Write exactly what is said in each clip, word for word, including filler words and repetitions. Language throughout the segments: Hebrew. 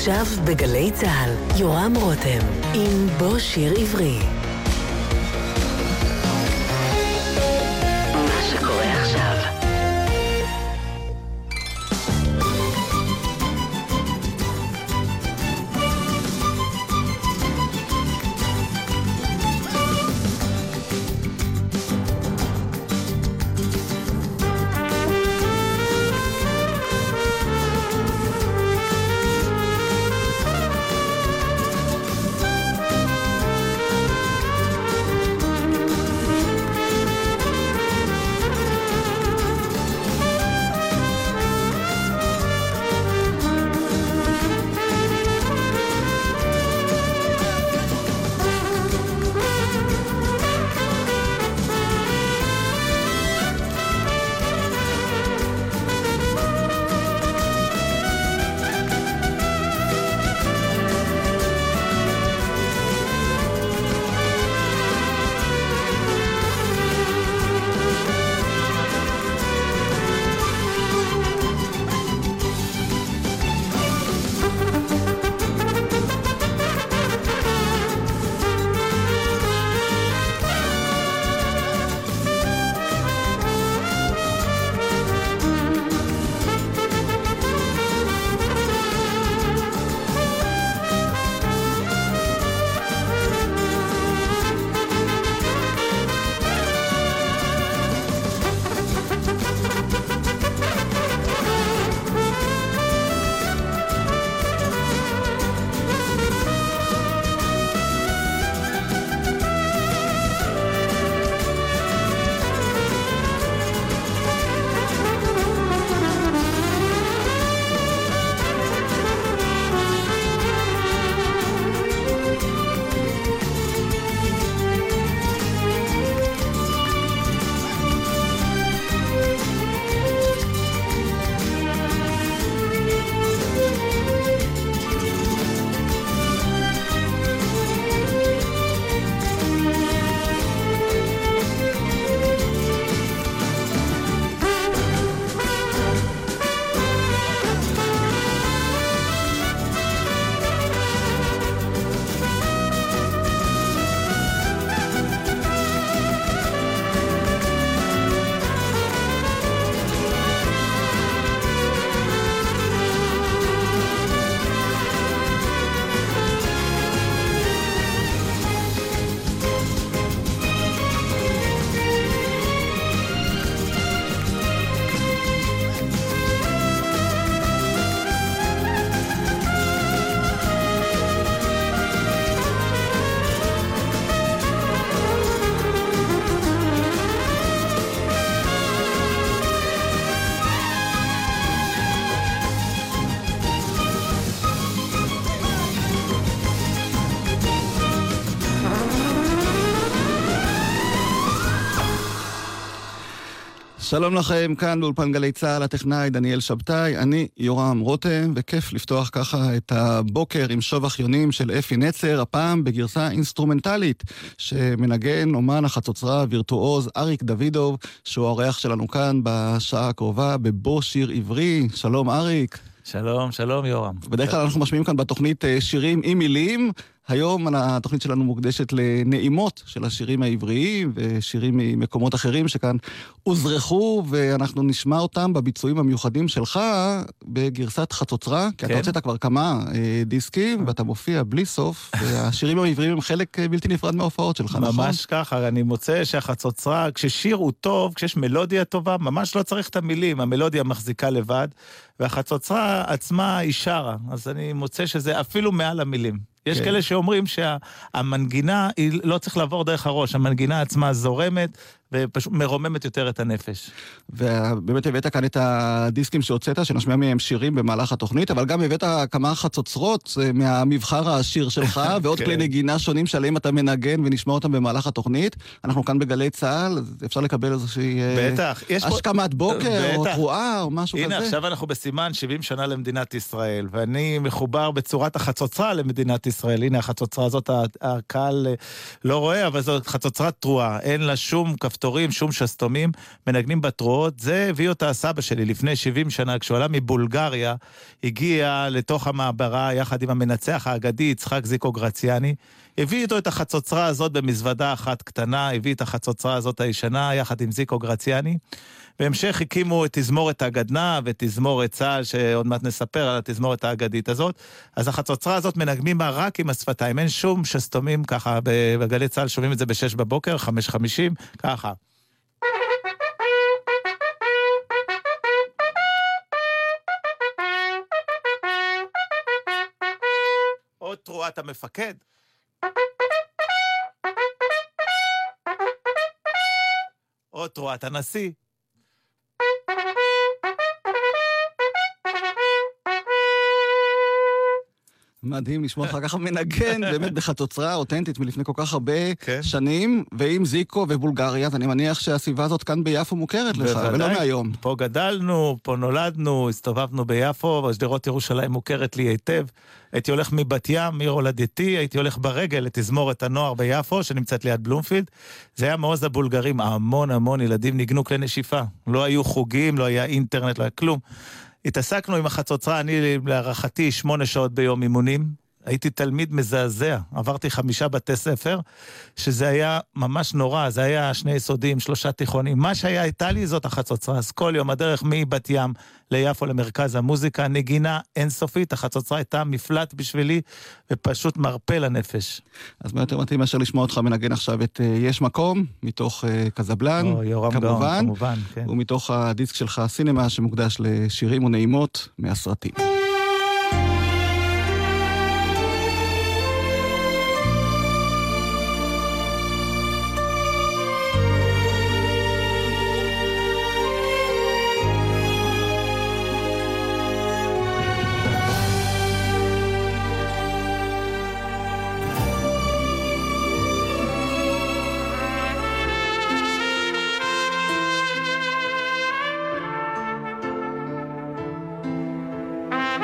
עכשיו בגלי צהל, יורם רותם, עם בוא שיר עברי. מה שקורה עכשיו. שלום לכם, כאן באולפן גלי צהל, הטכנאי דניאל שבתאי, אני יורם רותם, וכיף לפתוח ככה את הבוקר עם שובח יונים של אפי נצר, הפעם בגרסה אינסטרומנטלית, שמנגן אומן החצוצרה הווירטואוז אריק דוידוב, שהוא האורח שלנו כאן בשעה הקרובה בבוא שיר עברי. שלום אריק. שלום, שלום יורם. בדרך כלל אנחנו משמיעים כאן בתוכנית שירים עם מילים, היום התוכנית שלנו מוקדשת לנעימות של השירים העבריים ושירים ממקומות אחרים שכאן הוזרחו, ואנחנו נשמע אותם בביצועים המיוחדים שלך בגרסת חצוצרה, כי אתה הוצאת כבר כמה דיסקים ואתה מופיע בלי סוף, והשירים העבריים הם חלק בלתי נפרד מההופעות שלך, נכון? ממש ככה, אני מוצא שהחצוצרה, כששיר הוא טוב, כשיש מלודיה טובה, ממש לא צריך את המילים, המלודיה מחזיקה לבד, והחצוצרה עצמה היא שרה, אז אני מוצא שזה אפילו מעל המילים. יש כאלה שאומרים שהמנגינה היא לא צריך לעבור דרך הראש, המנגינה עצמה זורמת ופשוט מרוממת יותר את הנפש. ובאמת הבאת כאן את הדיסקים שהוצאת, שנשמע מהם שירים במהלך התוכנית, אבל גם הבאת כמה חצוצרות מהמבחר העשיר שלך, ועוד כלי נגינה שונים שעליהם אתה מנגן ונשמע אותם במהלך התוכנית. אנחנו כאן בגלי צהל, אפשר לקבל איזושהי השכמת בוקר, או תרועה, או משהו כזה. הנה, עכשיו אנחנו בסימן שבעים שנה למדינת ישראל, ואני מחובר בצורת החצוצרה למדינת ישראל. הנה, החצוצרה הזאת, הקהל לא רואה, אבל זאת חצוצרת תרועה. אין לה שום כפתור כפתורים, שום שסתומים, מנגנים בתרועות. זה הביא אותה הסבא שלי לפני שבעים שנה, כשהוא עלה מבולגריה, הגיע לתוך המעברה יחד עם המנצח האגדי, יצחק זיקו גרציאני, הביא איתו את החצוצרה הזאת במזוודה אחת קטנה, הביא את החצוצרה הזאת הישנה יחד עם זיקו גרציאני. בהמשך הקימו את תזמורת הגדנ"ע ותזמורת צה"ל, שעוד מעט נספר על התזמורת האגדית הזאת. אז החצוצרה הזאת מנגנים בה רק עם השפתיים, אין שום שסתומים ככה, בגלי צה"ל שומעים את זה בשש בבוקר, חמש חמישים, ככה. עוד תרועת המפקד. עוד תרועת הנשיא. מדהים לשמוע אחר כך מנגן, באמת בחצוצרה אותנטית מלפני כל כך הרבה כן. שנים, ועם זיקו ובולגריה, ואני מניח שהסביבה הזאת כאן ביפו מוכרת לך, בוודאי. ולא מהיום. פה גדלנו, פה נולדנו, הסתובבנו ביפו, ושדרות ירושלים מוכרת לי היטב. הייתי הולך מבת ים, מעיר הולדתי, הייתי הולך ברגל לתזמורת הנוער ביפו, שנמצאת ליד בלומפילד. זה היה מעוז הבולגרים, המון המון ילדים ניגנו כלי נשיפה. לא היו חוגים, לא היה אינטרנט, לא היה כלום. התעסקנו עם החצוצרה, אני להערכתי שמונה שעות ביום אימונים, הייתי תלמיד מזעזע, עברתי חמישה בתי ספר, שזה היה ממש נורא, זה היה שני יסודים, שלושה תיכונים, מה שהיה הייתה לי זאת החצוצרה, אז כל יום הדרך מבת ים ליפו למרכז המוזיקה, נגינה אינסופית, החצוצרה הייתה מפלט בשבילי, ופשוט מרפא לנפש. אז מה יותר מתאים מאשר לשמוע אותך מנגן עכשיו את יש מקום, מתוך uh, קזבלן, או, יורם כמובן, גאון, כמובן, כן. ומתוך הדיסק שלך, סינמה, שמוקדש לשירים ונעימות מהסרטים. Thank you.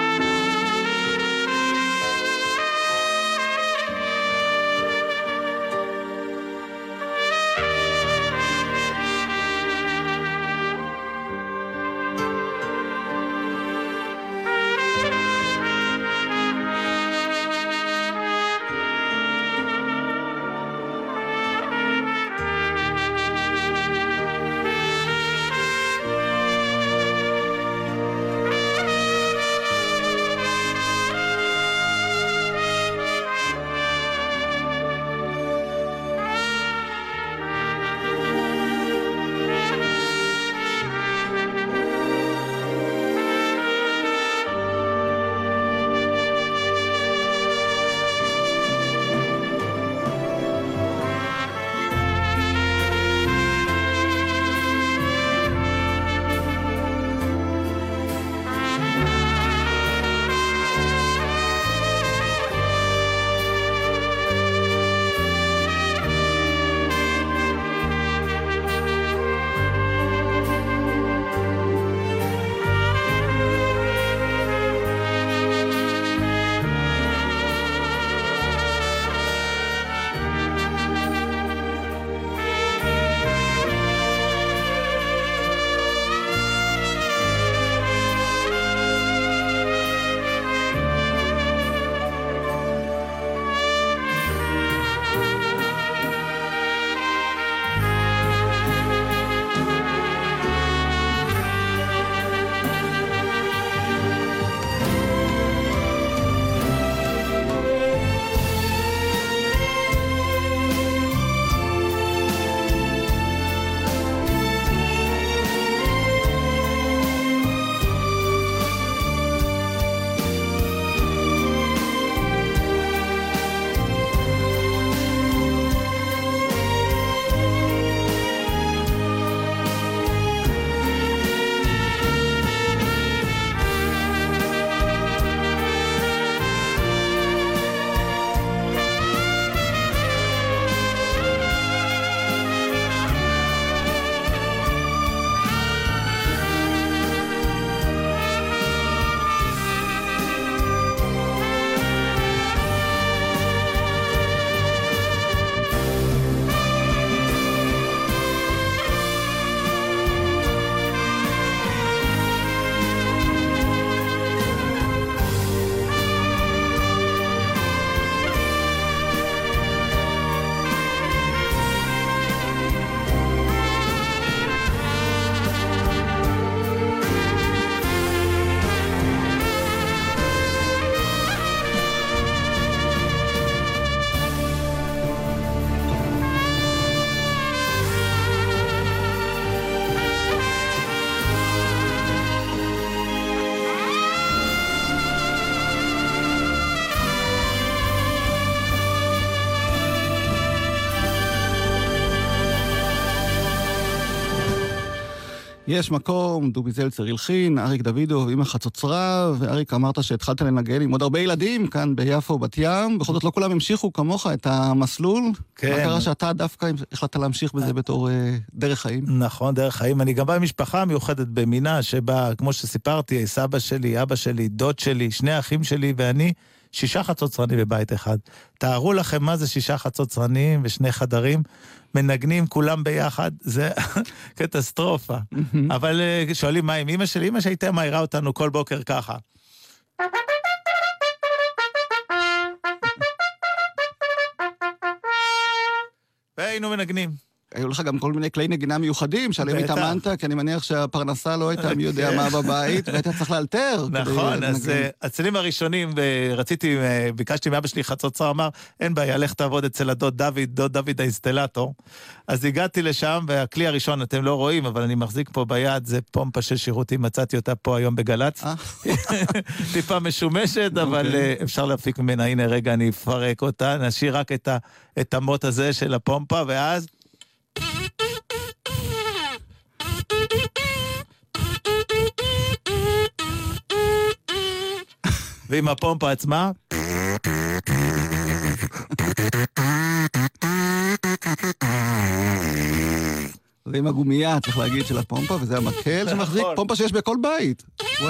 יש מקום, דובי זלצר הלחין, אריק דוידוב עם החצוצרה, ואריק אמרת שהתחלת לנגן עם עוד הרבה ילדים כאן ביפו, בת ים, בכל זאת לא כולם המשיכו כמוך את המסלול. כן. מה קרה שאתה דווקא החלטת להמשיך בזה בתור דרך חיים? נכון, דרך חיים. אני גם בא במשפחה מיוחדת במינה, שבה, כמו שסיפרתי, סבא שלי, אבא שלי, דוד שלי, שני אחים שלי ואני, שישה חצוצרנים בבית אחד. תארו לכם מה זה שישה חצוצרנים ושני חדרים, מנגנים כולם ביחד, זה קטסטרופה. אבל שואלים מה עם אמא שלי? אמא שהייתה מהירה אותנו כל בוקר ככה. והיינו מנגנים. היו לך גם כל מיני כלי נגינה מיוחדים, שעליהם התאמנת, כי אני מניח שהפרנסה לא הייתה מי יודע מה בבית, והיית צריך לאלתר. נכון, אז הצלילים הראשונים, רציתי, ביקשתי מאבא שלי חצוצרה, אמר, אין בעיה, לך תעבוד אצל הדוד דוד, דוד דוד האינסטלטור. אז הגעתי לשם, והכלי הראשון, אתם לא רואים, אבל אני מחזיק פה ביד, זה פומפה של שירותים, מצאתי אותה פה היום בגלץ. טיפה משומשת, אבל אפשר להפיק ממנה, הנה רגע, אני אפרק אותה, נשאיר רק את המוט הזה של הפומפה, ואז ועם הפומפה עצמה ועם הגומייה, צריך להגיד, של הפומפה, וזה המקל שמחזיק פומפה שיש בכל בית.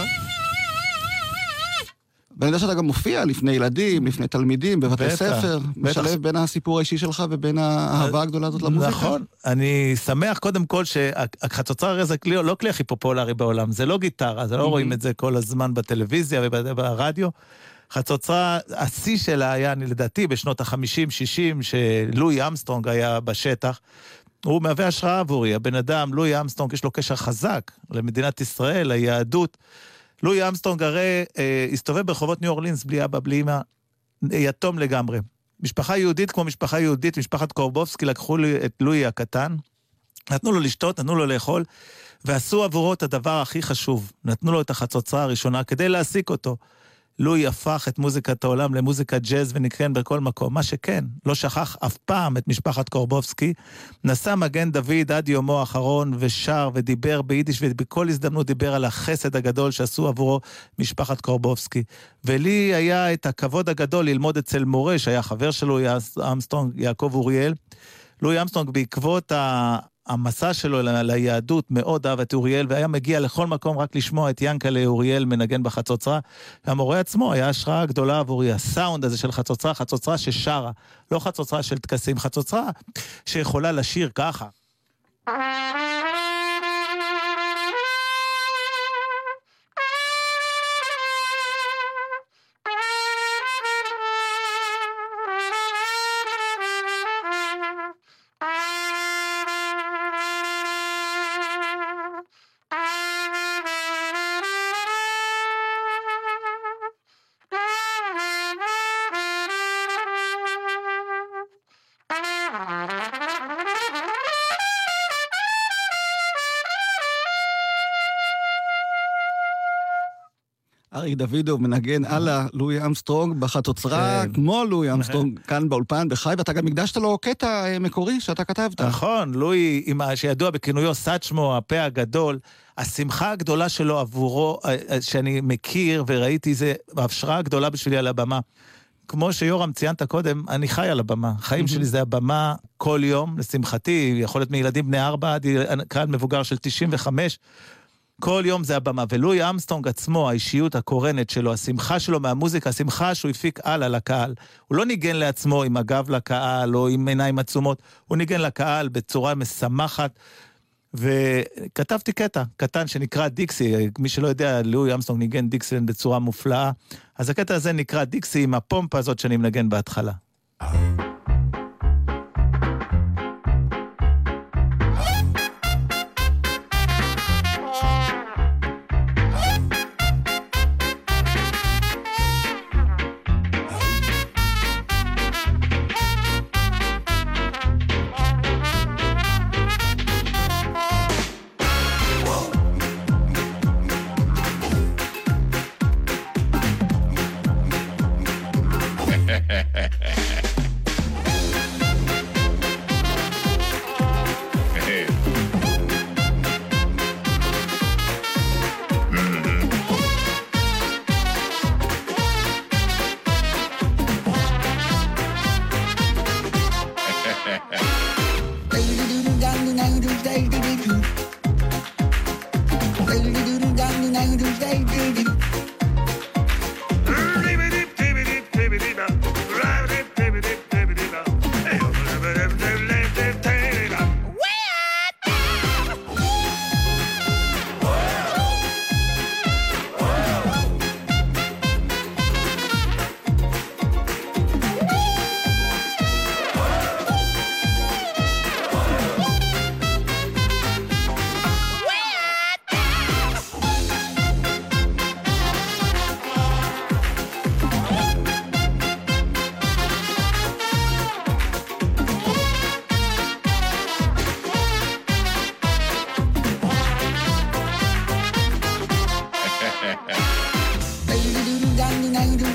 ואני יודע שאתה גם מופיע לפני ילדים, לפני תלמידים, בבתי ספר, משלב בין הסיפור האישי שלך ובין האהבה הגדולה הזאת למוזיקה. נכון, אני שמח קודם כל שהחצוצרה הרי זה לא כלי הכי פופולרי בעולם, זה לא גיטרה, זה לא רואים את זה כל הזמן בטלוויזיה וברדיו. חצוצרה, השיא שלה היה, אני לדעתי, בשנות ה-חמישים שישים, שלואי אמסטרונג היה בשטח, הוא מהווה השראה עבורי, הבן אדם, לואי אמסטרונג, יש לו קשר חזק למדינת ישראל, היהדות, לואי אמסטרונג הרי אה, הסתובב ברחובות ניו אורלינס בלי אבא, בלי אמא, יתום לגמרי. משפחה יהודית כמו משפחה יהודית, משפחת קורבובסקי, לקחו את לואי הקטן, נתנו לו לשתות, נתנו לו לאכול, ועשו עבורו את הדבר הכי חשוב. נתנו לו את החצוצרה הראשונה כדי להעסיק אותו. לואי הפך את מוזיקת העולם למוזיקת ג'אז ונקרן בכל מקום. מה שכן, לא שכח אף פעם את משפחת קורבובסקי, נשא מגן דוד עד יומו האחרון ושר ודיבר ביידיש, ובכל הזדמנות דיבר על החסד הגדול שעשו עבורו משפחת קורבובסקי. ולי היה את הכבוד הגדול ללמוד אצל מורה, שהיה חבר שלו, אמסטרונג, יעקב אוריאל. לואי אמסטרונג בעקבות ה... המסע שלו ליהדות מאוד אהב את אוריאל, והיה מגיע לכל מקום רק לשמוע את ינקלה אוריאל מנגן בחצוצרה, והמורה עצמו היה השראה גדולה עבורי, הסאונד הזה של חצוצרה, חצוצרה ששרה, לא חצוצרה של תקסים, חצוצרה שיכולה לשיר ככה. אריק דוידוב מנגן על לואי אמסטרונג בחצוצרה, כמו לואי אמסטרונג כאן באולפן בחי, ואתה גם הקדשת לו קטע מקורי שאתה כתבת. נכון, לואי, שידוע בכינויו סאצ'מו, הפה הגדול, השמחה הגדולה שלו עבורו, שאני מכיר וראיתי, זה ההשראה גדולה בשבילי על הבמה. כמו שיורם ציינת קודם, אני חי על הבמה. חיים שלי זה הבמה כל יום, לשמחתי, יכול להיות מילדים בני ארבע, עד קהל מבוגר של תשעים וחמש, כל יום זה הבמה, ולואי אמסטרונג עצמו, האישיות הקורנת שלו, השמחה שלו מהמוזיקה, השמחה שהוא הפיק הלאה לקהל. הוא לא ניגן לעצמו עם הגב לקהל, או עם עיניים עצומות, הוא ניגן לקהל בצורה משמחת, וכתבתי קטע קטן שנקרא דיקסי, מי שלא יודע, לואי אמסטרונג ניגן דיקסי בצורה מופלאה, אז הקטע הזה נקרא דיקסי עם הפומפה הזאת שאני מנגן בהתחלה.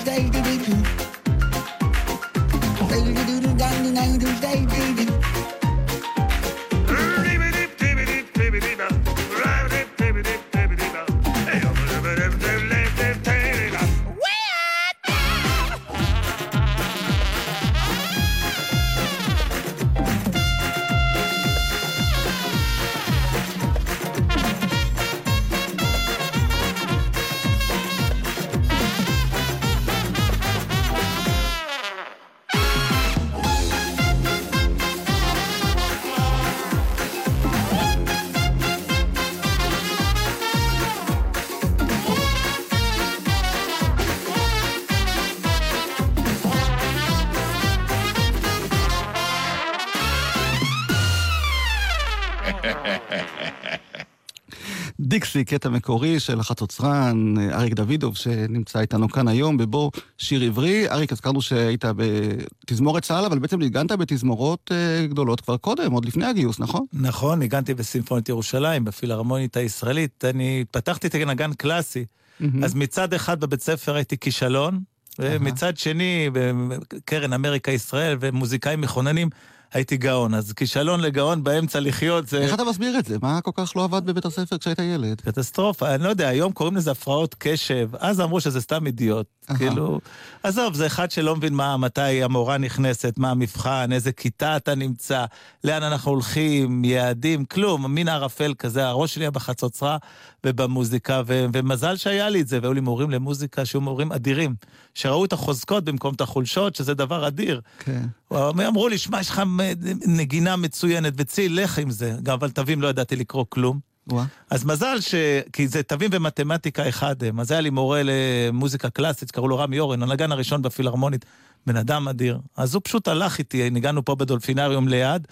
דיקסי, קטע מקורי של החצוצרן אריק דוידוב, שנמצא איתנו כאן היום בבוא שיר עברי. אריק, הזכרנו שהיית בתזמורת צה"ל, אבל בעצם ניגנת בתזמורות גדולות כבר קודם, עוד לפני הגיוס, נכון? נכון, ניגנתי בסימפונית ירושלים, בפילהרמונית הישראלית. אני פתחתי את נגן קלאסי, אז מצד אחד בבית ספר הייתי כישלון, ומצד שני, בקרן אמריקה ישראל ומוזיקאים מכוננים, הייתי גאון, אז כישלון לגאון באמצע לחיות זה... איך אתה מסביר את זה? מה כל כך לא עבד בבית הספר כשהיית ילד? קטסטרופה, אני לא יודע, היום קוראים לזה הפרעות קשב, אז אמרו שזה סתם אידיוט, כאילו... עזוב, זה אחד שלא מבין מה, מתי המורה נכנסת, מה המבחן, איזה כיתה אתה נמצא, לאן אנחנו הולכים, יעדים, כלום, מין ערפל כזה, הראש שלי היה בחצוצרה ובמוזיקה, ו- ומזל שהיה לי את זה, והיו לי מורים למוזיקה שהיו מורים אדירים, שראו את החוזקות במקום את החולשות, שזה דבר אדיר. כן. אמרו לי, שמע, יש לך נגינה מצוינת, וצי, לך עם זה. גם אבל תווים לא ידעתי לקרוא כלום. וואה. אז מזל ש... כי זה תווים ומתמטיקה אחד. אז היה לי מורה למוזיקה קלאסית, קראו לו רמי אורן, הנגן הראשון בפילהרמונית, בן אדם אדיר. אז הוא פשוט הלך איתי, ניגענו פה בדולפינריום ליד,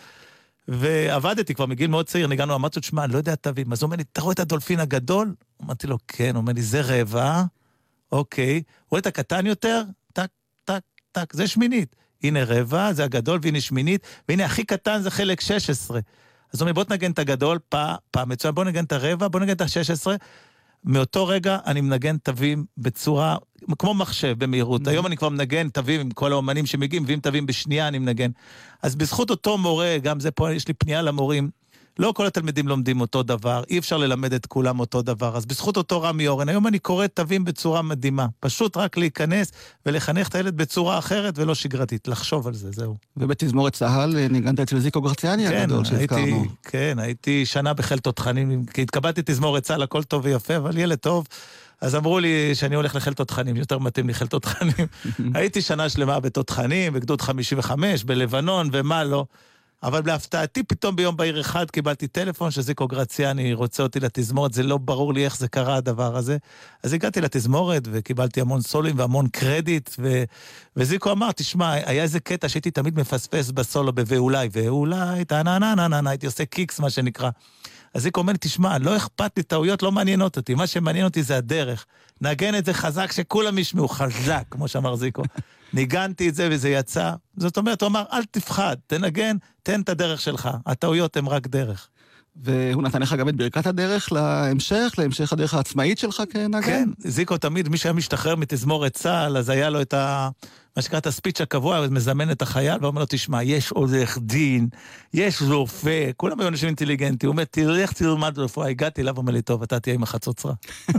ועבדתי כבר מגיל מאוד צעיר, ניגענו, אמרתי, תשמע, אני לא יודע תווים. אז הוא אומר לי, אתה רואה את הדולפין הגדול? אמרתי לו, כן. הוא אומר לי, זה רבע, אוקיי. רואה את הקטן יותר? טק, טק, טק, זה שמינית. הנה רבע, זה הגדול, והנה שמינית, והנה הכי קטן זה חלק שש עשרה. אז הוא אומר, בוא נגן את הגדול, פעם, פעם מצוין, בוא נגן את הרבע, בוא נגן את ה-שש עשרה. מאותו רגע אני מנגן תווים בצורה, כמו מחשב, במהירות. היום אני כבר מנגן תווים עם כל האומנים שמגיעים, ואם תווים בשנייה אני מנגן. אז בזכות אותו מורה, גם זה פה, יש לי פנייה למורים, לא כל התלמידים לומדים אותו דבר, אי אפשר ללמד את כולם אותו דבר, אז בזכות אותו רמי אורן, היום אני קורא תווים בצורה מדהימה, פשוט רק להיכנס ולחנך את הילד בצורה אחרת ולא שגרתית, לחשוב על זה, זהו. ובתזמורת צה"ל ניגנת אצל זיקו גרציאני כן, הגדול שהזכרנו. הייתי, כן, הייתי שנה בחיל תותחנים, כי התקבלתי תזמורת צה"ל, הכל טוב ויפה, אבל ילד טוב, אז אמרו לי שאני הולך לחיל תותחנים, יותר מתאים לי חיל תותחנים. הייתי שנה שלמה בתותחנים, בגדוד חמישים וחמש, בלבנון ומה לא. אבל להפתעתי, פתאום ביום בהיר אחד קיבלתי טלפון שזיקו גרציאני רוצה אותי לתזמורת, זה לא ברור לי איך זה קרה הדבר הזה. אז הגעתי לתזמורת וקיבלתי המון סולים והמון קרדיט, ו... וזיקו אמר, תשמע, היה איזה קטע שהייתי תמיד מפספס בסולו ב"ואולי", ואולי, טה-נה-נה-נה-נה, הייתי עושה קיקס, מה שנקרא. אז זיקו אומר לי, תשמע, לא אכפת לי, טעויות לא מעניינות אותי, מה שמעניין אותי זה הדרך. נגן את זה חזק, שכולם ישמעו חזק, כמו שאמר זיקו. ניגנתי את זה וזה יצא. זאת אומרת, הוא אמר, אל תפחד, תנגן, תן את הדרך שלך. הטעויות הן רק דרך. והוא נתן לך גם את ברכת הדרך להמשך, להמשך הדרך העצמאית שלך כנגן? כן, זיקו תמיד, מי שהיה משתחרר מתזמורת צה"ל, אז היה לו את ה... מה שקרא את הספיץ' הקבוע, הוא מזמן את החייל, ואומר לו, תשמע, יש עורך דין, יש רופא, כולם היו אנשים אינטליגנטי, הוא אומר, תלך תלמד רפואה, הגעתי אליו, אומר לי, טוב, אתה תהיה עם החצוצרה.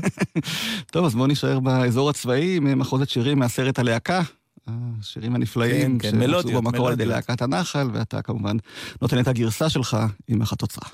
טוב, אז בואו נשאר באזור הצבאי, מחוזת שירים מהסרט הלהקה, השירים הנפלאים, כן, כן, מלודיות, במקור על ידי להקת הנחל, ואתה כמובן נותן את הגרסה שלך עם החצוצרה.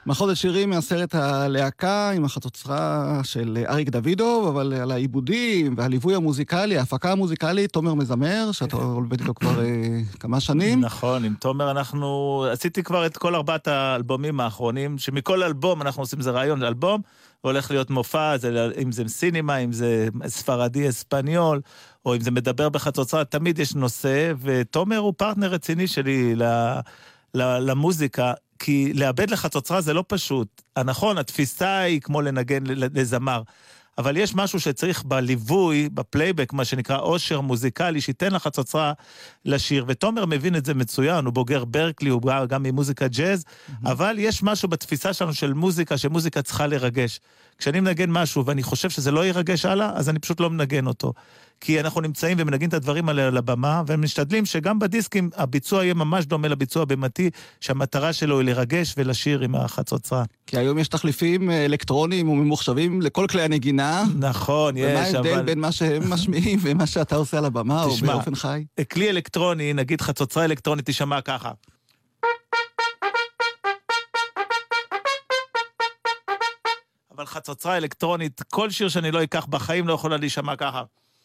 מחוזת שירים מהסרט הלהקה עם החצוצרה של אריק דוידוב, אבל על העיבודים והליווי המוזיקלי, ההפקה המוזיקלית, תומר מזמר, שאתה עובד איתו כבר כמה שנים. נכון, עם תומר אנחנו, עשיתי כבר את כל ארבעת האלבומים האחרונים, שמכל אלבום אנחנו עושים זה רעיון, אלבום, הולך להיות מופע, זה, אם זה סינימה, אם זה ספרדי, אספניול, או אם זה מדבר בחצוצרה, תמיד יש נושא, ותומר הוא פרטנר רציני שלי ל, ל, למוזיקה, כי לאבד לחצוצרה זה לא פשוט. הנכון, התפיסה היא כמו לנגן לזמר, אבל יש משהו שצריך בליווי, בפלייבק, מה שנקרא אושר מוזיקלי, שייתן לחצוצרה לשיר, ותומר מבין את זה מצוין, הוא בוגר ברקלי, הוא בא גם ממוזיקה ג'אז, mm-hmm. אבל יש משהו בתפיסה שלנו של מוזיקה, שמוזיקה צריכה לרגש. כשאני מנגן משהו ואני חושב שזה לא ירגש הלאה, אז אני פשוט לא מנגן אותו. כי אנחנו נמצאים ומנגן את הדברים האלה על הבמה, והם משתדלים שגם בדיסקים הביצוע יהיה ממש דומה לביצוע במתי, שהמטרה שלו היא לרגש ולשיר עם החצוצרה. כי היום יש תחליפים אלקטרוניים וממוחשבים לכל כלי הנגינה. נכון, יש, אבל... ומה ההבדל בין מה שהם משמיעים ומה שאתה עושה על הבמה או באופן חי? כלי אלקטרוני, נגיד חצוצרה אלקטרונית תשמע ככה. אבל חצוצרה אלקטרונית, כל שיר שאני לא אקח בחיים לא יכולה להישמע ככה.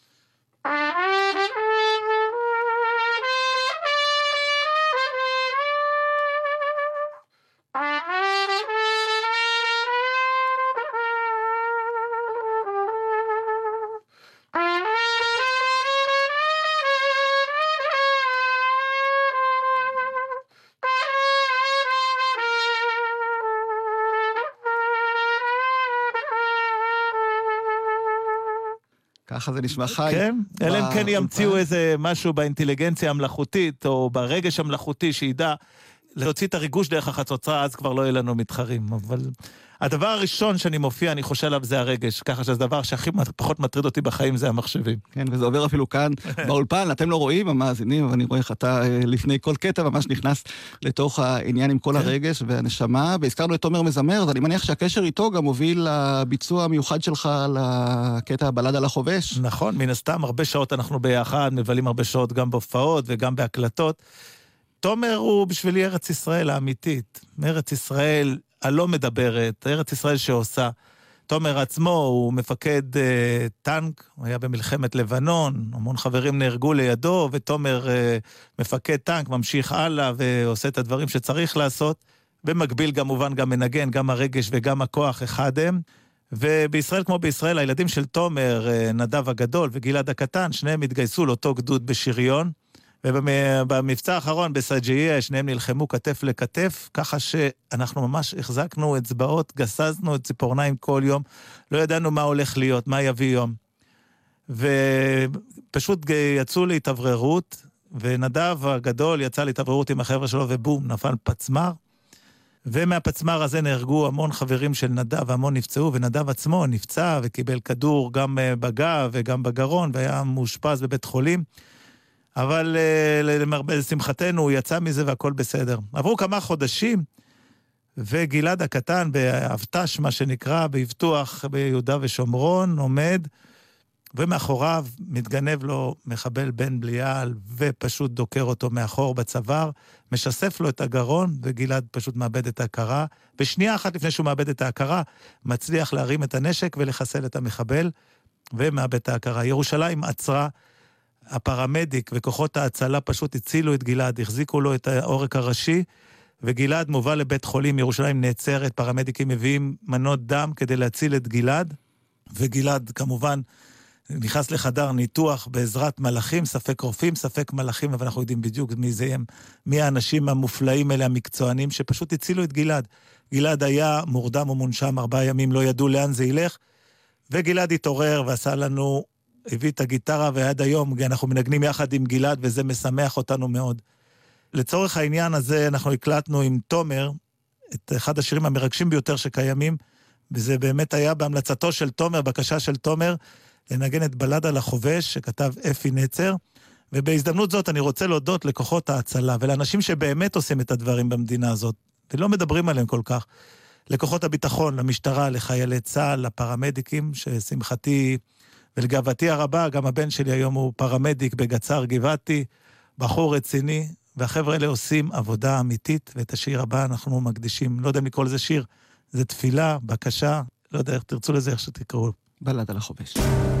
ככה זה נשמע חי. כן, אלא אם כן ימציאו איזה משהו באינטליגנציה המלאכותית, או ברגש המלאכותי שידע להוציא את הריגוש דרך החצוצרה, אז כבר לא יהיה לנו מתחרים. אבל הדבר הראשון שאני מופיע, אני חושב עליו, זה הרגש. ככה שזה הדבר שהכי פחות מטריד אותי בחיים, זה המחשבים. כן, וזה עובר אפילו כאן באולפן. אתם לא רואים, המאזינים, אבל אני רואה איך אתה לפני כל קטע ממש נכנס לתוך העניין עם כל הרגש והנשמה. והזכרנו את תומר מזמר, אז אני מניח שהקשר איתו גם הוביל לביצוע המיוחד שלך לקטע הבלד על החובש. נכון, מן הסתם, הרבה שעות אנחנו ביחד, מבלים הרבה שעות גם בהופעות וגם בהקלטות. תומר הוא בשבילי ארץ ישראל האמיתית. ארץ ישראל הלא מדברת, ארץ ישראל שעושה. תומר עצמו הוא מפקד אה, טנק, הוא היה במלחמת לבנון, המון חברים נהרגו לידו, ותומר אה, מפקד טנק, ממשיך הלאה ועושה את הדברים שצריך לעשות. במקביל כמובן גם מנגן, גם הרגש וגם הכוח אחד הם. ובישראל כמו בישראל, הילדים של תומר, אה, נדב הגדול וגלעד הקטן, שניהם התגייסו לאותו גדוד בשריון. ובמבצע האחרון בסג'ייה, שניהם נלחמו כתף לכתף, ככה שאנחנו ממש החזקנו אצבעות, גסזנו את ציפורניים כל יום, לא ידענו מה הולך להיות, מה יביא יום. ופשוט יצאו להתאווררות, ונדב הגדול יצא להתאווררות עם החבר'ה שלו, ובום, נפל פצמר, ומהפצמר הזה נהרגו המון חברים של נדב, והמון נפצעו, ונדב עצמו נפצע וקיבל כדור גם בגב וגם בגרון, והיה מאושפז בבית חולים, אבל למרבה שמחתנו הוא יצא מזה והכל בסדר. עברו כמה חודשים, וגלעד הקטן באבטש, מה שנקרא, בהבטוח ביהודה ושומרון, עומד, ומאחוריו מתגנב לו מחבל בן בליעל, ופשוט דוקר אותו מאחור בצוואר, משסף לו את הגרון, וגלעד פשוט מאבד את ההכרה. בשנייה אחת לפני שהוא מאבד את ההכרה, מצליח להרים את הנשק ולחסל את המחבל, ומאבד את ההכרה. ירושלים עצרה, הפרמדיק וכוחות ההצלה פשוט הצילו את גלעד, החזיקו לו את העורק הראשי, וגלעד מובל לבית חולים, ירושלים נעצרת, פרמדיקים מביאים מנות דם כדי להציל את גלעד, וגלעד כמובן נכנס לחדר ניתוח בעזרת מלאכים, ספק רופאים, ספק מלאכים, אבל אנחנו יודעים בדיוק מי זה הם, מי האנשים המופלאים האלה, המקצוענים, שפשוט הצילו את גלעד. גלעד היה מורדם ומונשם ארבעה ימים, לא ידעו לאן זה ילך, וגלעד התעורר ועשה לנו, הביא את הגיטרה, ועד היום אנחנו מנגנים יחד עם גלעד, וזה משמח אותנו מאוד. לצורך העניין הזה אנחנו הקלטנו עם תומר, את אחד השירים המרגשים ביותר שקיימים, וזה באמת היה בהמלצתו של תומר, בקשה של תומר, לנגן את בלד על החובש, שכתב אפי נצר, ובהזדמנות זאת אני רוצה להודות לכוחות ההצלה, ולאנשים שבאמת עושים את הדברים במדינה הזאת, ולא מדברים עליהם כל כך, לכוחות הביטחון, למשטרה, לחיילי צה"ל, לפרמדיקים, ששמחתי ולגאוותי הרבה, גם הבן שלי היום הוא פרמדיק בגצר גבעתי, בחור רציני, והחבר'ה האלה עושים עבודה אמיתית, ואת השיר הבא אנחנו מקדישים, לא יודע אם לקרוא לזה שיר, זה תפילה, בקשה, לא יודע איך תרצו לזה, איך שתקראו. בלד על החובש.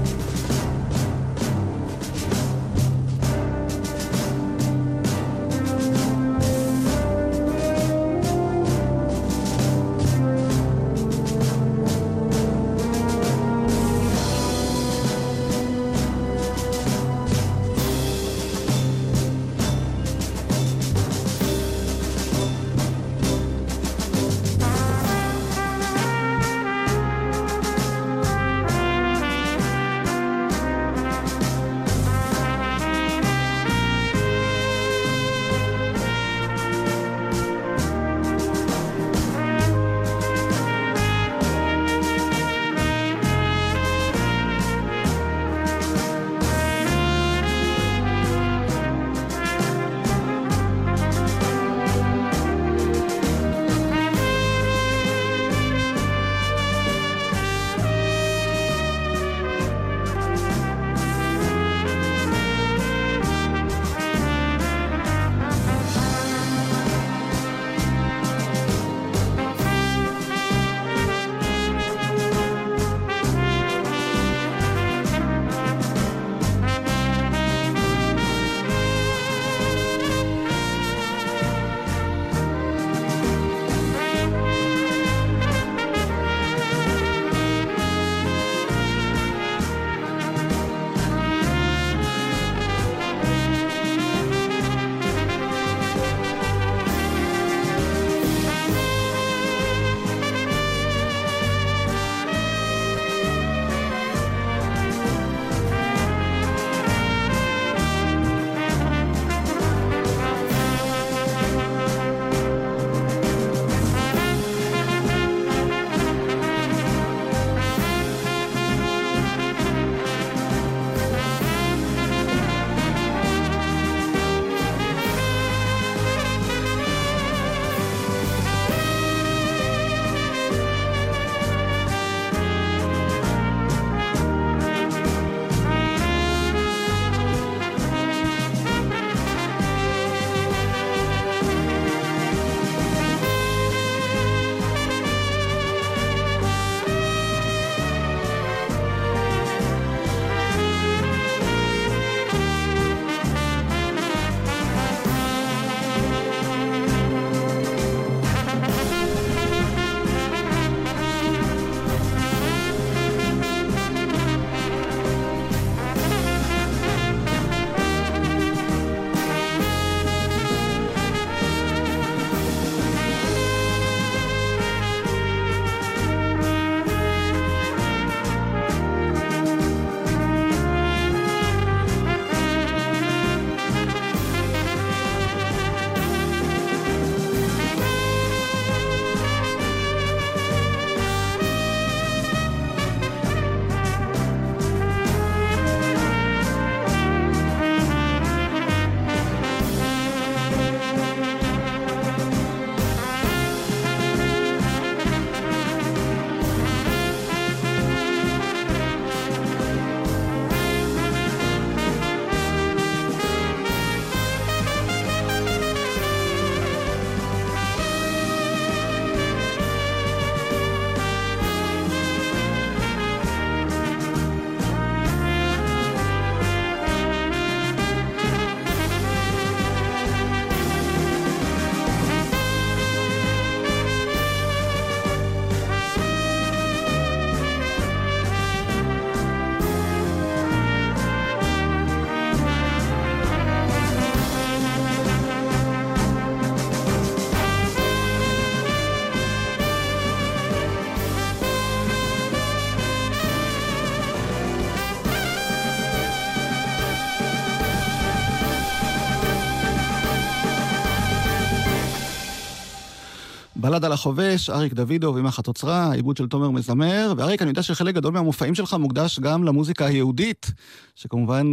בלד על החובש, אריק דוידוב עם החצוצרה, העיבוד של תומר מזמר, ואריק, אני יודע שחלק גדול מהמופעים שלך מוקדש גם למוזיקה היהודית, שכמובן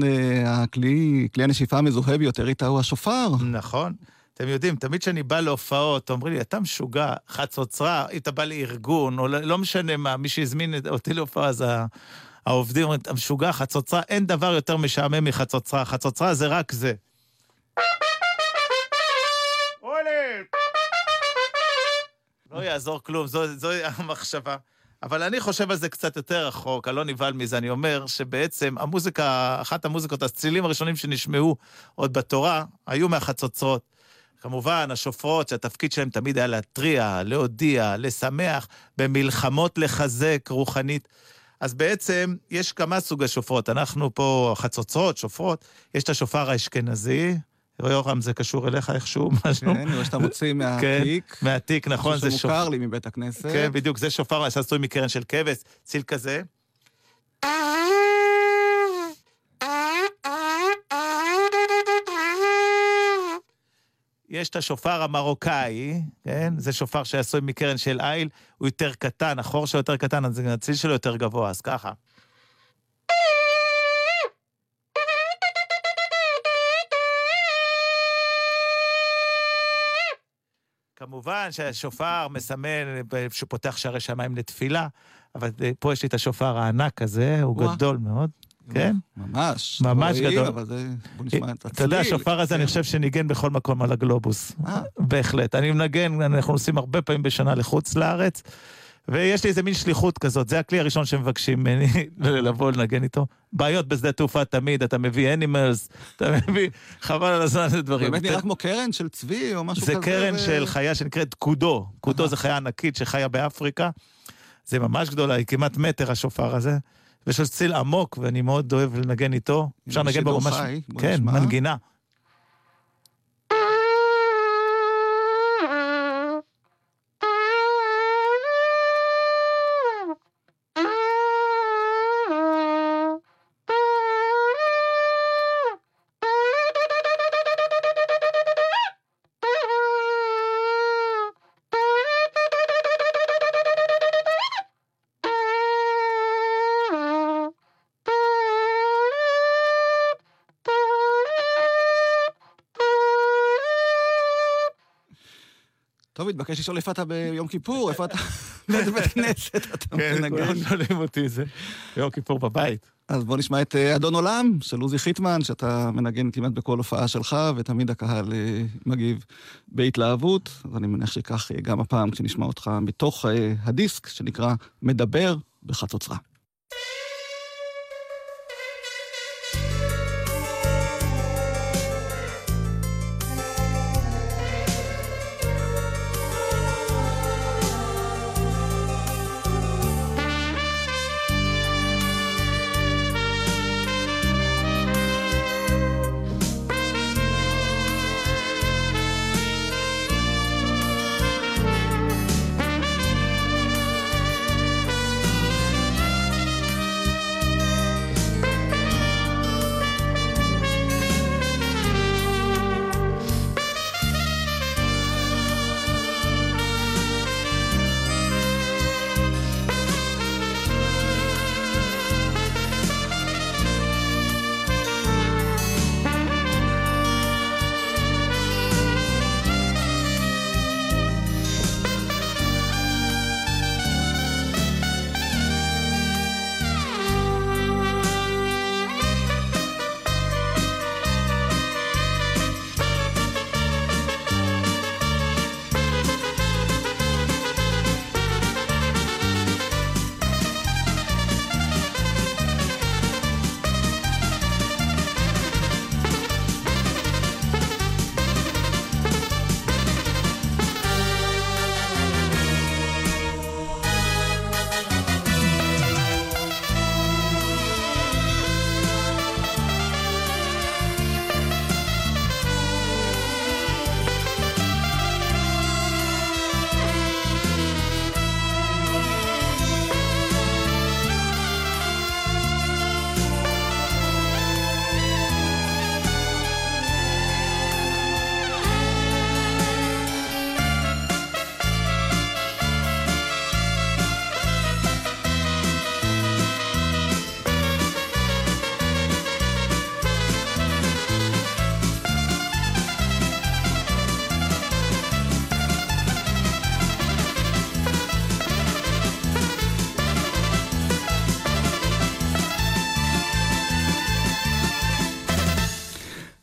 הכלי, כלי הנשיפה המזוהה ביותר איתה הוא השופר. נכון. אתם יודעים, תמיד שאני בא להופעות, אומרים לי, אתה משוגע, חצוצרה, אם אתה בא לארגון, או לא משנה מה, מי שהזמין אותי להופעה, אז העובדים אומרים, אתה משוגע, חצוצרה, אין דבר יותר משעמם מחצוצרה, חצוצרה זה רק זה. לא יעזור כלום, זו, זו המחשבה. אבל אני חושב על זה קצת יותר רחוק, אני לא נבהל מזה, אני אומר שבעצם המוזיקה, אחת המוזיקות, הצלילים הראשונים שנשמעו עוד בתורה, היו מהחצוצרות. כמובן, השופרות, שהתפקיד שלהם תמיד היה להתריע, להודיע, לשמח, במלחמות לחזק רוחנית. אז בעצם יש כמה סוג השופרות, אנחנו פה חצוצרות, שופרות, יש את השופר האשכנזי, יורם, זה קשור אליך איכשהו, משהו. כן, או שאתה מוציא מהתיק. כן, מהתיק, נכון, זה שופר. שמוכר לי מבית הכנסת. כן, בדיוק, זה שופר, שעשוי מקרן של כבש, ציל כזה. יש את השופר המרוקאי, כן? זה שופר שעשוי מקרן של איל, הוא יותר קטן, החור שלו יותר קטן, אז הציל שלו יותר גבוה, אז ככה. כמובן שהשופר מסמן שהוא פותח שערי שמיים לתפילה, אבל פה יש לי את השופר הענק הזה, הוא ווא. גדול מאוד. כן? ממש. ממש רואים, גדול. אבל זה... בוא נשמע את הצליל. אתה יודע, השופר הזה אני חושב שניגן בכל מקום על הגלובוס. בהחלט. אני מנגן, אנחנו עושים הרבה פעמים בשנה לחוץ לארץ, ויש לי איזה מין שליחות כזאת, זה הכלי הראשון שמבקשים ממני לבוא לנגן איתו. בעיות בשדה תעופה תמיד, אתה מביא אנימלס, אתה מביא חבל על הזמן של דברים. באמת נראה כמו קרן של צבי או משהו כזה? זה קרן של חיה שנקראת קודו. קודו זה חיה ענקית שחיה באפריקה. זה ממש גדולה, היא כמעט מטר השופר הזה. ויש לו ציל עמוק, ואני מאוד אוהב לנגן איתו. אפשר לנגן בו ממש... כן, מנגינה. טוב, התבקש לשאול איפה אתה ביום כיפור, איפה אתה בבית כנסת, אתה מנגן. כן, שואלים אותי זה, ביום כיפור בבית. אז בוא נשמע את אדון עולם של עוזי חיטמן, שאתה מנגן כמעט בכל הופעה שלך, ותמיד הקהל מגיב בהתלהבות, אז אני מניח שכך גם הפעם כשנשמע אותך מתוך הדיסק שנקרא מדבר בחצוצרה.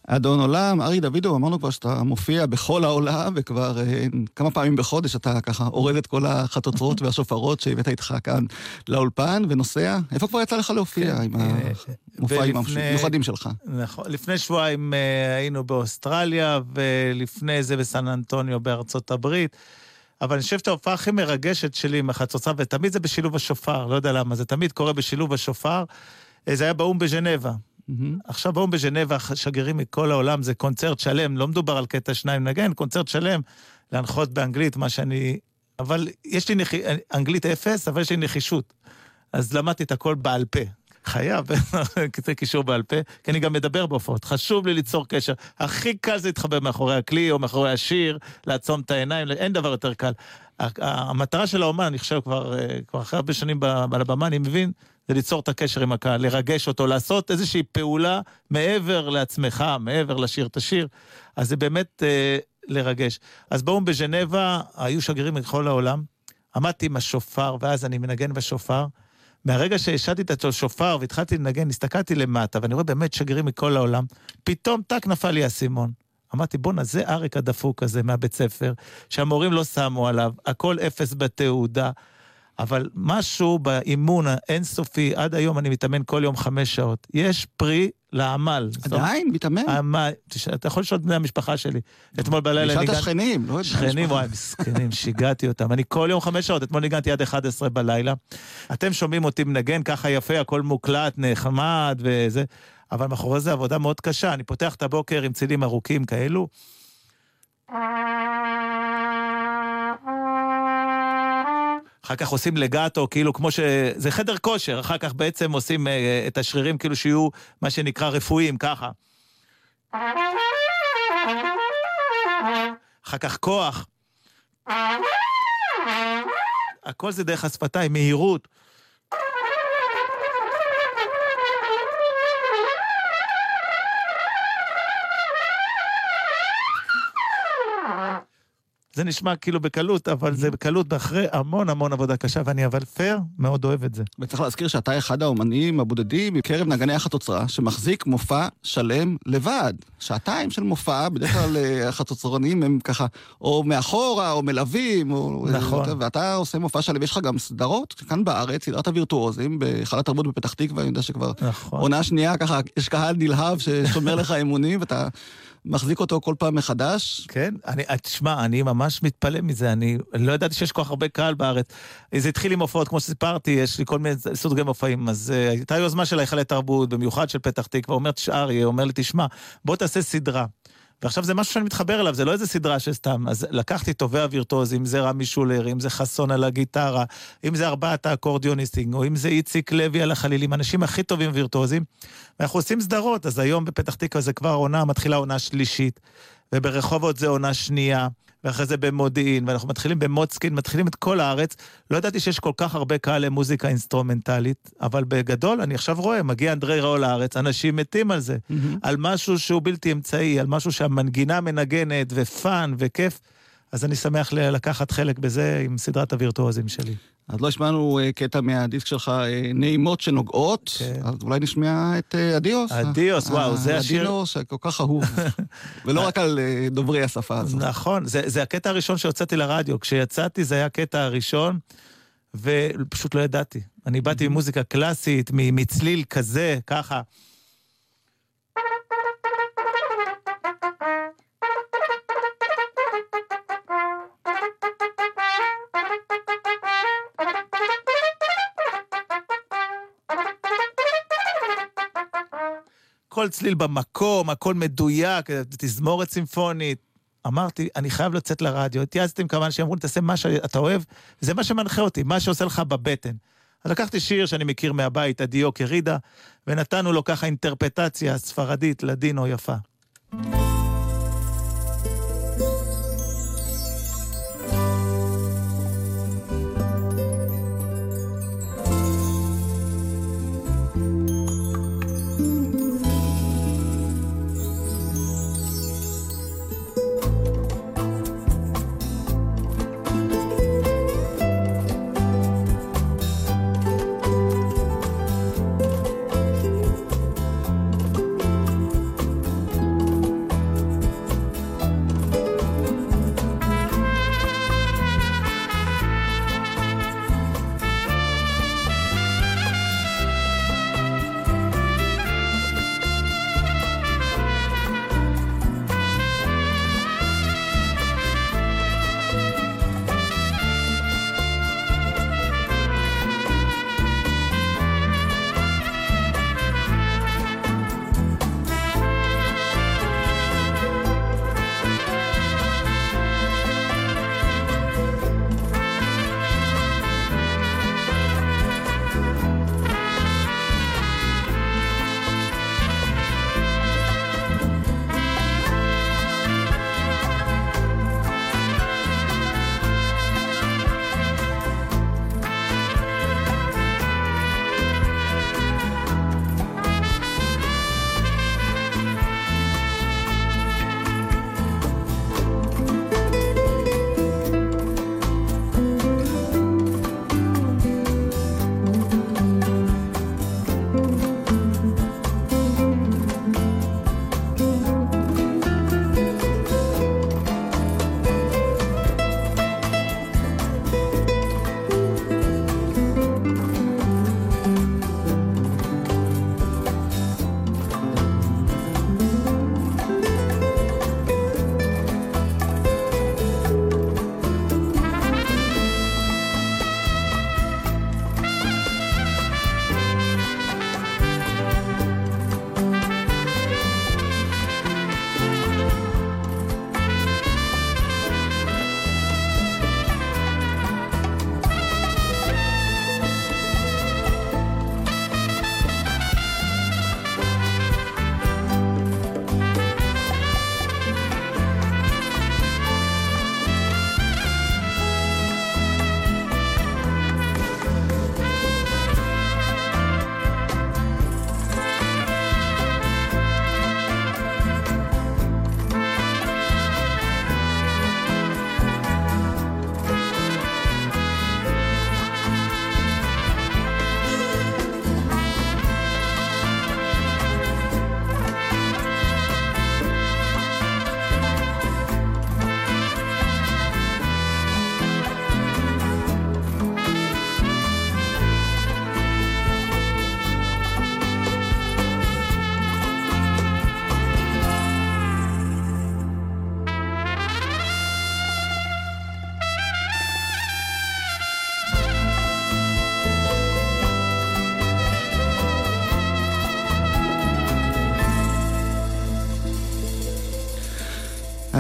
אדון עולם, ארי דוידוב, אמרנו כבר שאתה מופיע בכל העולם, וכבר אה, כמה פעמים בחודש אתה ככה אורד את כל החצוצרות והשופרות שהבאת איתך כאן לאולפן ונוסע. איפה כבר יצא לך להופיע עם המופעים המיוחדים שלך? נכון, לפני שבועיים היינו באוסטרליה, ולפני זה בסן אנטוניו בארצות הברית, אבל אני חושב שאת ההופעה הכי מרגשת שלי עם החצוצרה, ותמיד זה בשילוב השופר, לא יודע למה, זה תמיד קורה בשילוב השופר, זה היה באום בז'נבה. Mm-hmm. עכשיו באום בז'נבה, שגרירים מכל העולם, זה קונצרט שלם, לא מדובר על קטע שניים נגן, קונצרט שלם, להנחות באנגלית, מה שאני... אבל יש לי נח... אנגלית אפס, אבל יש לי נחישות. אז למדתי את הכל בעל פה. חייב, כזה קישור בעל פה, כי אני גם מדבר בהופעות. חשוב לי ליצור קשר. הכי קל זה להתחבר מאחורי הכלי, או מאחורי השיר, לעצום את העיניים, אין דבר יותר קל. המטרה של האומן, אני חושב כבר, כבר אחרי הרבה שנים על הבמה, אני מבין, זה ליצור את הקשר עם הקהל, לרגש אותו, לעשות איזושהי פעולה מעבר לעצמך, מעבר לשיר את השיר. אז זה באמת אה, לרגש. אז באום בז'נבה, היו שגרירים מכל העולם, עמדתי עם השופר, ואז אני מנגן בשופר, מהרגע שהשעתי את השופר והתחלתי לנגן, הסתכלתי למטה, ואני רואה באמת שגרירים מכל העולם, פתאום טק נפל לי הסימון. אמרתי, בונה, זה אריק הדפוק הזה מהבית ספר, שהמורים לא שמו עליו, הכל אפס בתעודה, אבל משהו באימון האינסופי, עד היום אני מתאמן כל יום חמש שעות. יש פרי לעמל. עדיין? מתאמן? אתה יכול לשאול בני המשפחה שלי. אתמול בלילה ניגנתי... נשאלת שכנים, לא? שכנים, וואי, מסכנים, שיגעתי אותם. אני כל יום חמש שעות, אתמול ניגנתי עד אחת עשרה בלילה. אתם שומעים אותי מנגן ככה יפה, הכל מוקלט, נחמד וזה, אבל מאחורי זה עבודה מאוד קשה. אני פותח את הבוקר עם צילים ארוכים כאלו. אחר כך עושים לגאטו, כאילו כמו ש... זה חדר כושר, אחר כך בעצם עושים uh, את השרירים כאילו שיהיו מה שנקרא רפואיים, ככה. אחר כך כוח. הכל זה דרך השפתיים, מהירות. זה נשמע כאילו בקלות, אבל זה בקלות באחרי המון המון עבודה קשה, ואני אבל פייר, מאוד אוהב את זה. וצריך להזכיר שאתה אחד האומנים הבודדים מקרב נגני החצוצרה, שמחזיק מופע שלם לבד. שעתיים של מופע, בדרך כלל החצוצרונים הם ככה, או מאחורה, או מלווים, או... נכון. ואתה עושה מופע שלם, יש לך גם סדרות, כאן בארץ, סדרת הווירטואוזים, בחלל התרבות בפתח תקווה, אני יודע שכבר נכון. עונה שנייה, ככה, יש קהל נלהב ששומר לך אמונים, ואתה... מחזיק אותו כל פעם מחדש. כן, אני, תשמע, אני ממש מתפלא מזה, אני, אני לא ידעתי שיש כל כך הרבה קהל בארץ. זה התחיל עם הופעות, כמו שסיפרתי, יש לי כל מיני סוגי מופעים, אז uh, הייתה יוזמה של היכלי תרבות, במיוחד של פתח תקווה, אומר תשארי, אומר לי, תשמע, בוא תעשה סדרה. ועכשיו זה משהו שאני מתחבר אליו, זה לא איזה סדרה שסתם, אז לקחתי טובי הווירטואוזים, אם זה רמי שולר, אם זה חסון על הגיטרה, אם זה ארבעת האקורדיוניסטים, או אם זה איציק לוי על החלילים, האנשים הכי טובים וירטואוזים, ואנחנו עושים סדרות, אז היום בפתח תקווה זה כבר עונה, מתחילה עונה שלישית, וברחובות זה עונה שנייה, ואחרי זה במודיעין, ואנחנו מתחילים במוצקין, מתחילים את כל הארץ, לא ידעתי שיש כל כך הרבה קהל למוזיקה אינסטרומנטלית, אבל בגדול, אני עכשיו רואה, מגיע אנדרי ראו לארץ, אנשים מתים על זה, mm-hmm. על משהו שהוא בלתי אמצעי, על משהו שהמנגינה מנגנת, ופן, וכיף, אז אני שמח לקחת חלק בזה עם סדרת הווירטואוזים שלי. אז לא השמענו קטע מהדיסק שלך, נעימות שנוגעות, אז אולי נשמע את אדיוס. אדיוס, וואו, זה השיר... אדיוס שכל כך אהוב, ולא רק על דוברי השפה הזאת. נכון, זה הקטע הראשון שהוצאתי לרדיו. כשיצאתי זה היה הקטע הראשון, ופשוט לא ידעתי. אני באתי ממוזיקה קלאסית, מצליל כזה, ככה. כל צליל במקום, הכל מדויק, תזמורת סימפונית. אמרתי, אני חייב לצאת לרדיו. התייעצתי עם כמה אנשים, אמרו לי, תעשה מה שאתה אוהב, זה מה שמנחה אותי, מה שעושה לך בבטן. אז לקחתי שיר שאני מכיר מהבית, אדיו קרידה, ונתנו לו ככה אינטרפטציה ספרדית לדינו יפה.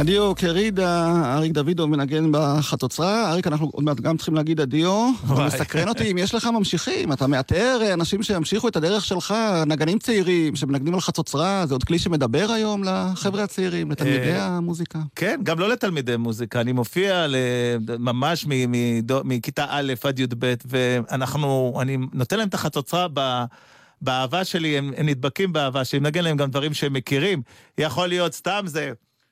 הדיו קרידה, אריק דוידוב מנגן בחצוצרה. אריק, אנחנו עוד מעט גם צריכים להגיד הדיו. מסקרן אותי אם יש לך ממשיכים, אתה מאתר אנשים שימשיכו את הדרך שלך, נגנים צעירים שמנגנים על חצוצרה, זה עוד כלי שמדבר היום לחבר'ה הצעירים, לתלמידי המוזיקה. כן, גם לא לתלמידי מוזיקה, אני מופיע ממש מכיתה א' עד י' ב', ואנחנו, אני נותן להם את החצוצרה ב... באהבה שלי, הם, הם נדבקים באהבה שלי, נגן להם גם דברים שהם מכירים, יכול להיות סתם זה...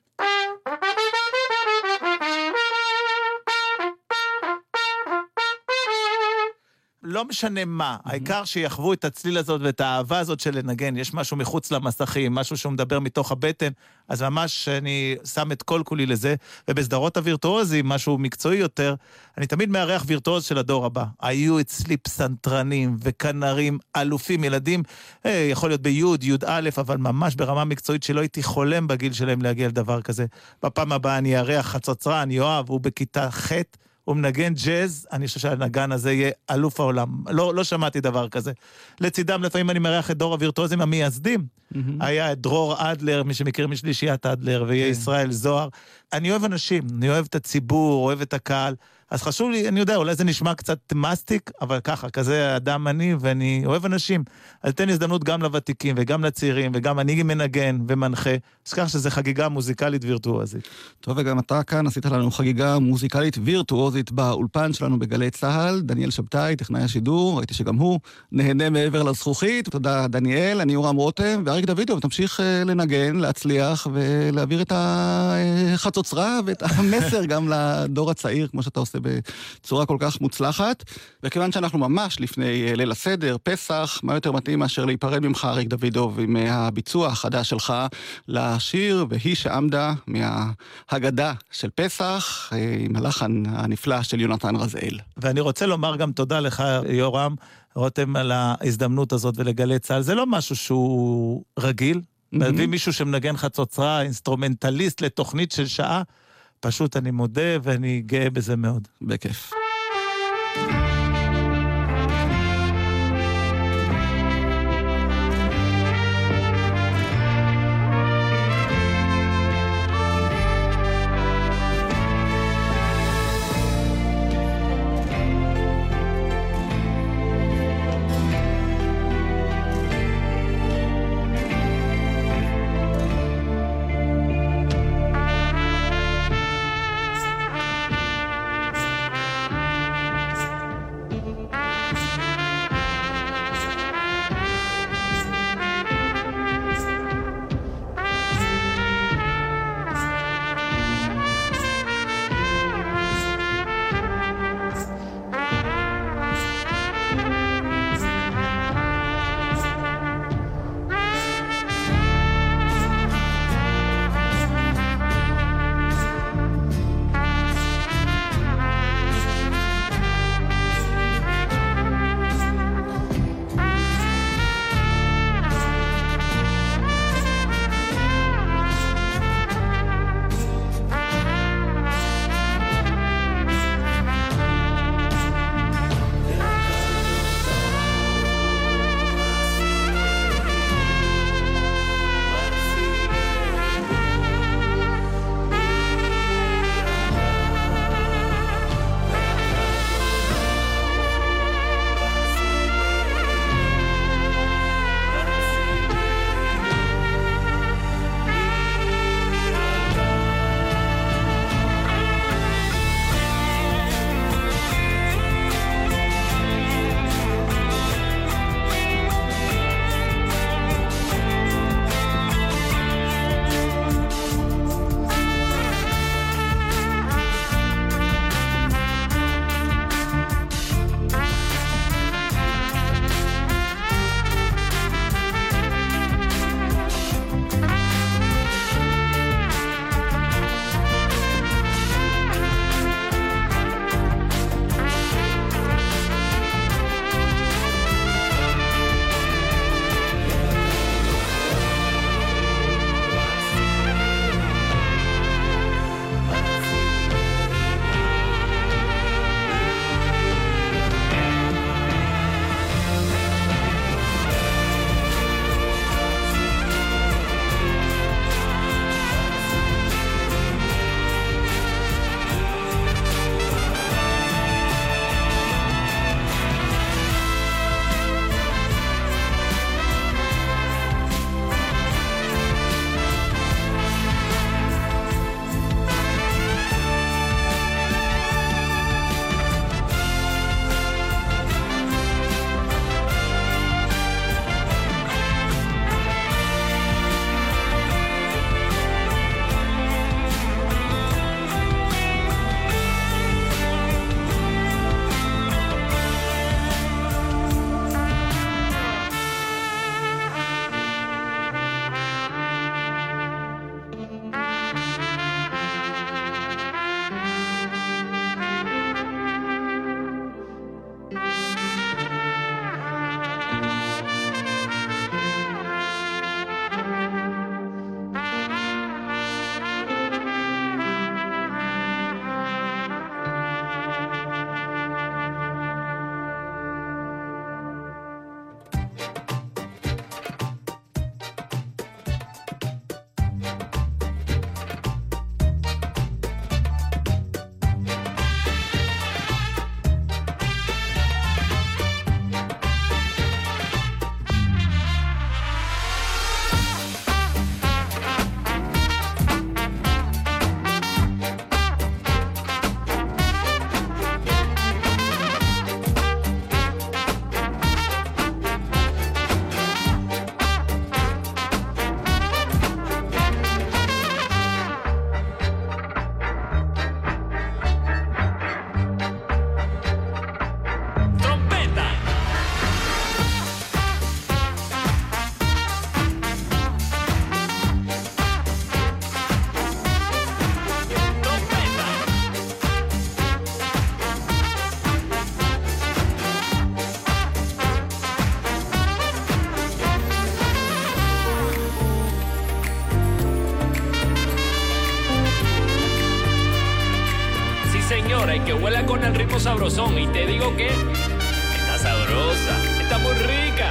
לא משנה מה, העיקר שיחוו את הצליל הזאת ואת האהבה הזאת של לנגן, יש משהו מחוץ למסכים, משהו שהוא מדבר מתוך הבטן, אז ממש אני שם את כל כולי לזה, ובסדרות הווירטואוזים, משהו מקצועי יותר, אני תמיד מארח וירטואוז של הדור הבא. היו אצלי פסנתרנים וכנרים, אלופים, ילדים, אה, יכול להיות ביוד, יוד א', אבל ממש ברמה מקצועית שלא הייתי חולם בגיל שלהם להגיע לדבר כזה. בפעם הבאה אני אארח חצוצרן, יואב, הוא בכיתה ח', הוא מנגן ג'אז, אני חושב שהנגן הזה יהיה אלוף העולם. לא, לא שמעתי דבר כזה. לצידם, לפעמים אני מריח את דור הווירטואוזים המייסדים. Mm-hmm. היה את דרור אדלר, מי שמכיר משלישיית אדלר, ויהיה okay. ישראל זוהר. אני אוהב אנשים, אני אוהב את הציבור, אוהב את הקהל. אז חשוב לי, אני יודע, אולי זה נשמע קצת מסטיק, אבל ככה, כזה אדם אני, ואני אוהב אנשים. אז תן הזדמנות גם לוותיקים, וגם לצעירים, וגם אני מנגן ומנחה. אז כך שזה חגיגה מוזיקלית וירטואוזית. טוב, וגם אתה כאן עשית לנו חגיגה מוזיקלית וירטואוזית באולפן שלנו בגלי צהל. דניאל שבתאי, טכנאי השידור, ראיתי שגם הוא נהנה מעבר לזכוכית. תודה, דניאל, אני יורם רותם, ואריק דוידוב, תמשיך לנגן, להצליח, ולהעביר את החצוצרה ואת המסר גם לדור הצעיר, כמו שאתה עושה בצורה כל כך מוצלחת. וכיוון שאנחנו ממש לפני ליל הסדר, פסח, מה יותר מתאים מאשר להיפרד ממך, אריק דוידוב, עם הביצוע החדש שלך לשיר, והיא שעמדה מההגדה של פסח, עם הלחן הנפלא של יונתן רזאל. ואני רוצה לומר גם תודה לך, יורם, רותם, על ההזדמנות הזאת ולגלי צהל. זה לא משהו שהוא רגיל, להביא מישהו שמנגן חצוצרה, אינסטרומנטליסט לתוכנית של שעה, פשוט אני מודה ואני גאה בזה מאוד. בכיף. baila con el ritmo sabrosón. Y te digo que está sabrosa, está muy rica.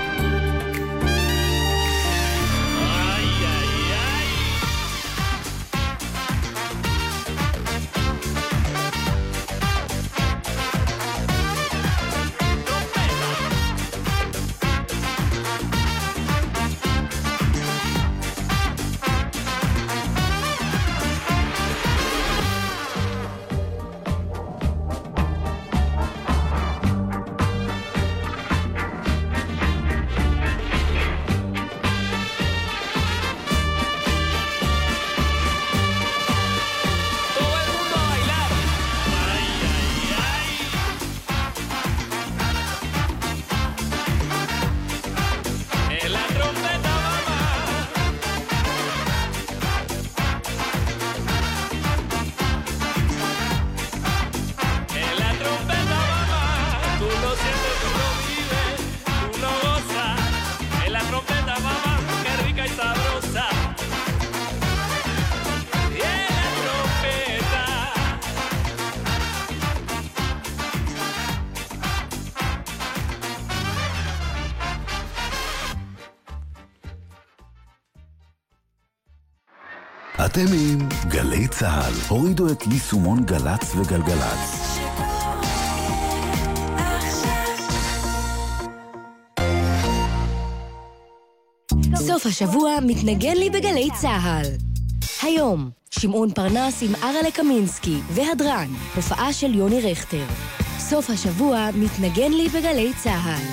Ay, ay, ay. אתם עם גלי צהל. הורידו את יישומון גלץ וגלגלץ. סוף השבוע מתנגן לי בגלי צהל. היום, שמעון פרנס עם ארלה קמינסקי והדרן, הופעה של יוני רכטר. סוף השבוע מתנגן לי בגלי צהל.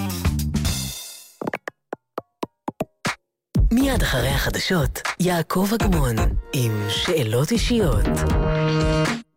מיד אחרי החדשות, יעקב אגמון עם שאלות אישיות.